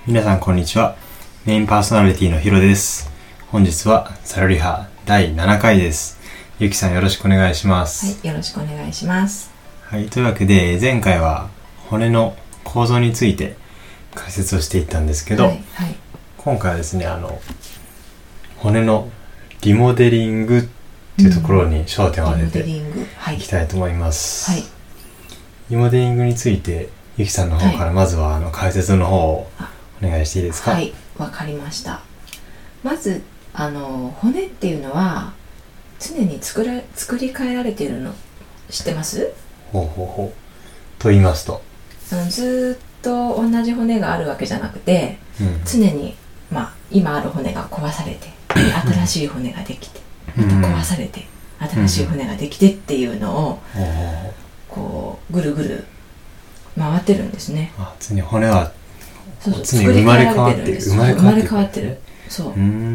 皆さんこんにちは。メインパーソナリティのヒロです。本日はサルリハ第7回です。ゆきさんよろしくお願いします。 はい、よろしくお願いします。 はい、というわけで前回は骨の構造について解説をしていったんですけど、 はいはい、 今回はですね、骨のリモデリングっていうところに焦点を当てていきたいと思います。 はい、 リモデリングについてゆきさんの方からまずは解説の方をお願いしていいですか？ はい、わかりました。まず骨っていうのは常に作り変えられているの知ってます？ ほうと言いますと、 ずっと同じ骨があるわけじゃなくて、常に、今ある骨が壊されて新しい骨ができて、また壊されて新しい骨ができてっていうのを、こうぐるぐる回ってるんですね。 常に骨は常に生まれ変わってる。 生まれ変わってる。そう。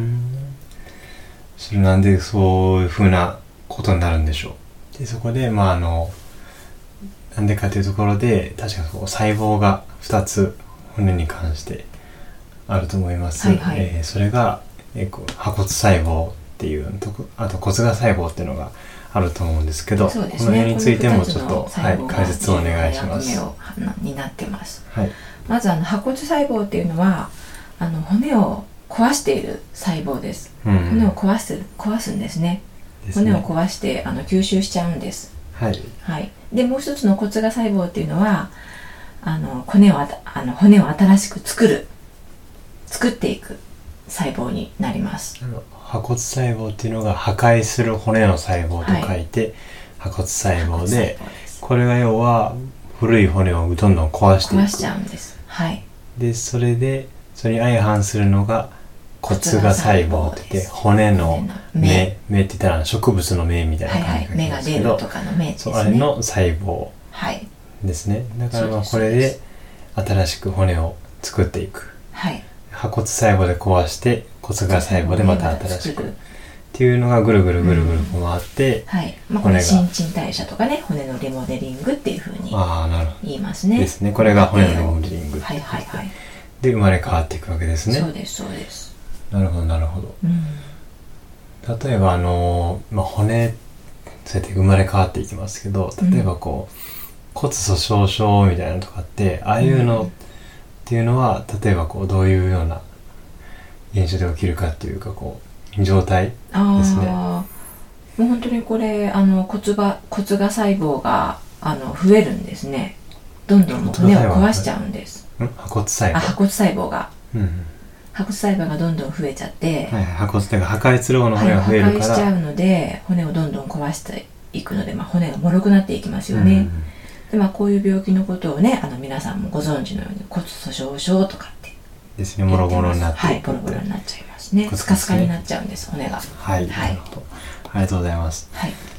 それなんでそういう風なことになるんでしょう。でそこでなんでかというところで、確か細胞が2つ骨に関してあると思います。それが破骨細胞っていうのと、あと骨芽細胞っていうのがあると思うんですけど、 そうですね、 この辺についてもちょっと、 解説をお願いします。 になってます。 はい、 まず破骨細胞っていうのは骨を壊している細胞です。骨を壊すんですね。骨を壊して吸収しちゃうんです。はい。でもう一つの骨芽細胞っていうのは骨を新しく作っていく細胞になります。 破骨細胞っていうのが破壊する骨の細胞と書いて、破骨細胞で、これが要は古い骨をどんどん壊していく。 壊しちゃうんです。はい。 でそれに相反するのが骨芽細胞って言って、骨の芽って言ったら植物の芽みたいな感じ芽が出るとかの芽ですね。 あれの細胞ですね。だからこれで新しく骨を作っていく。破骨細胞で壊して骨芽細胞でまた新しくっていうのがぐるぐる回って、 これ新陳代謝とかね、骨のリモデリングっていうふうに言いますね。 ですね。これが骨のリモデリングで生まれ変わっていくわけですね。 そうですそうです。 なるほど。例えば骨そうやって生まれ変わっていきますけど、例えば骨粗しょう症みたいなのとかって、ああいうのっていうのは例えばどういうような現象で起きるかっていうか状態ですね。 もう本当にこれ骨芽細胞が増えるんですね。どんどん骨を壊しちゃうんです。 破骨細胞が、 破骨細胞がどんどん増えちゃって、 破骨って破壊する方の骨が増えるから、 破壊しちゃうので骨をどんどん壊していくので、骨が脆くなっていきますよね。でこういう病気のことをね、皆さんもご存知のように骨粗しょう症とかってですね。ボロボロになってボロボロになっちゃいますね。スカスカになっちゃうんです、骨が。 なるほど。ありがとうございます。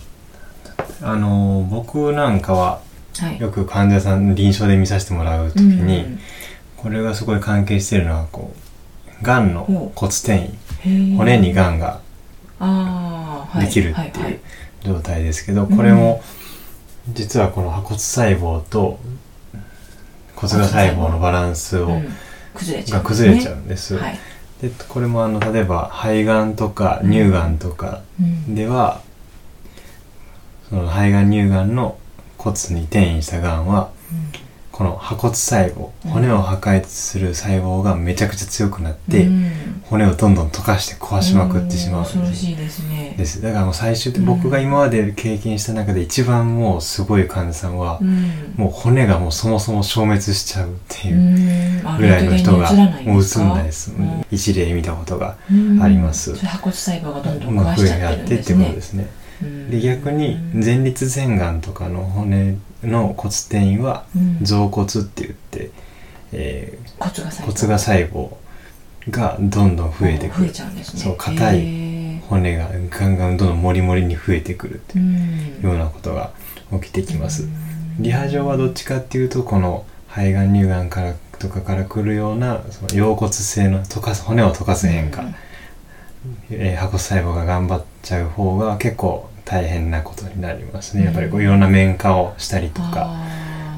僕なんかはよく患者さん臨床で見させてもらうときに、これがすごい関係しているのはがんの骨転移、骨にがんができるっていう状態ですけど、これも実はこの破骨細胞と骨芽細胞のバランスが崩れちゃうんです。でこれも例えば肺がんとか乳がんとかでは、その肺がん乳がんの骨に転移したがんは、この破骨細胞、骨を破壊する細胞がめちゃくちゃ強くなって、骨をどんどん溶かして壊しまくってしまうんです。 恐ろしいですね。 だから最終的に僕が今まで経験した中で一番もうすごい患者さんは、もう骨がもうそもそも消滅しちゃうっていうぐらいの人がもう映んないです。一例見たことがあります。 破骨細胞がどんどん壊しちゃってるんですね。 ってことですね。で逆に前立腺がんとかの骨の骨転移は増骨って言って、骨芽細胞がどんどん増えてくる。そう硬い骨がガンガンどんどんモリモリに増えてくるっていうようなことが起きてきます。リハ上はどっちかっていうと、この肺がん乳がんから来るようなその溶骨性の骨を溶かす変化、破骨細胞が頑張っちゃう方が結構大変なことになりますね。やっぱりいろんな面化をしたりとか、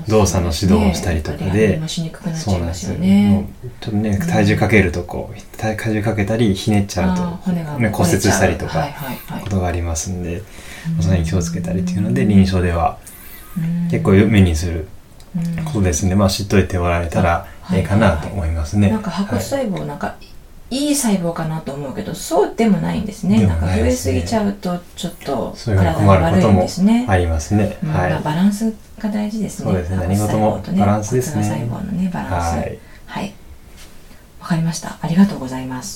動作の指導をしたりとかで、 しにくくなっちゃいますよね。 ちょっとね、体重かけると体重かけたりひねっちゃうと、骨折したりとかことがありますんで、それに気をつけたりっていうので臨床では結構目にすることですね。知っといておられたらいいかなと思いますね。 なんか白骨細胞、いい細胞かなと思うけど、そうでもないんですね。増えすぎちゃうとちょっと体が悪いんですね。 ありますね。 バランスが大事ですね。 そうですね。何事もバランスですね。 細胞のね、バランス。はい。わかりました。ありがとうございます。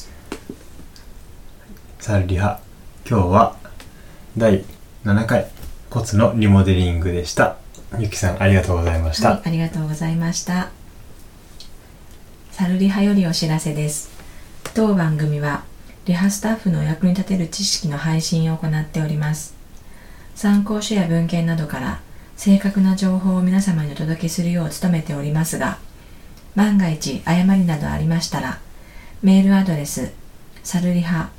サルリハ、今日は第7回骨のリモデリングでした。ゆきさん、ありがとうございました。 ありがとうございました。サルリハよりお知らせです。当番組はリハスタッフのお役に立てる知識の配信を行っております。参考書や文献などから正確な情報を皆様にお届けするよう努めておりますが、万が一誤りなどありましたら、メールアドレスサルリハ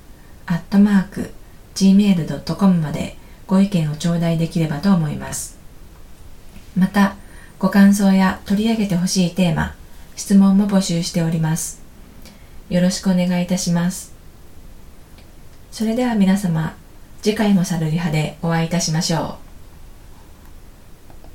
@gmail.com までご意見を頂戴できればと思います。また、ご感想や取り上げてほしいテーマ、質問も募集しております。よろしくお願いいたします。それでは皆様、次回もサルリハでお会いいたしましょう。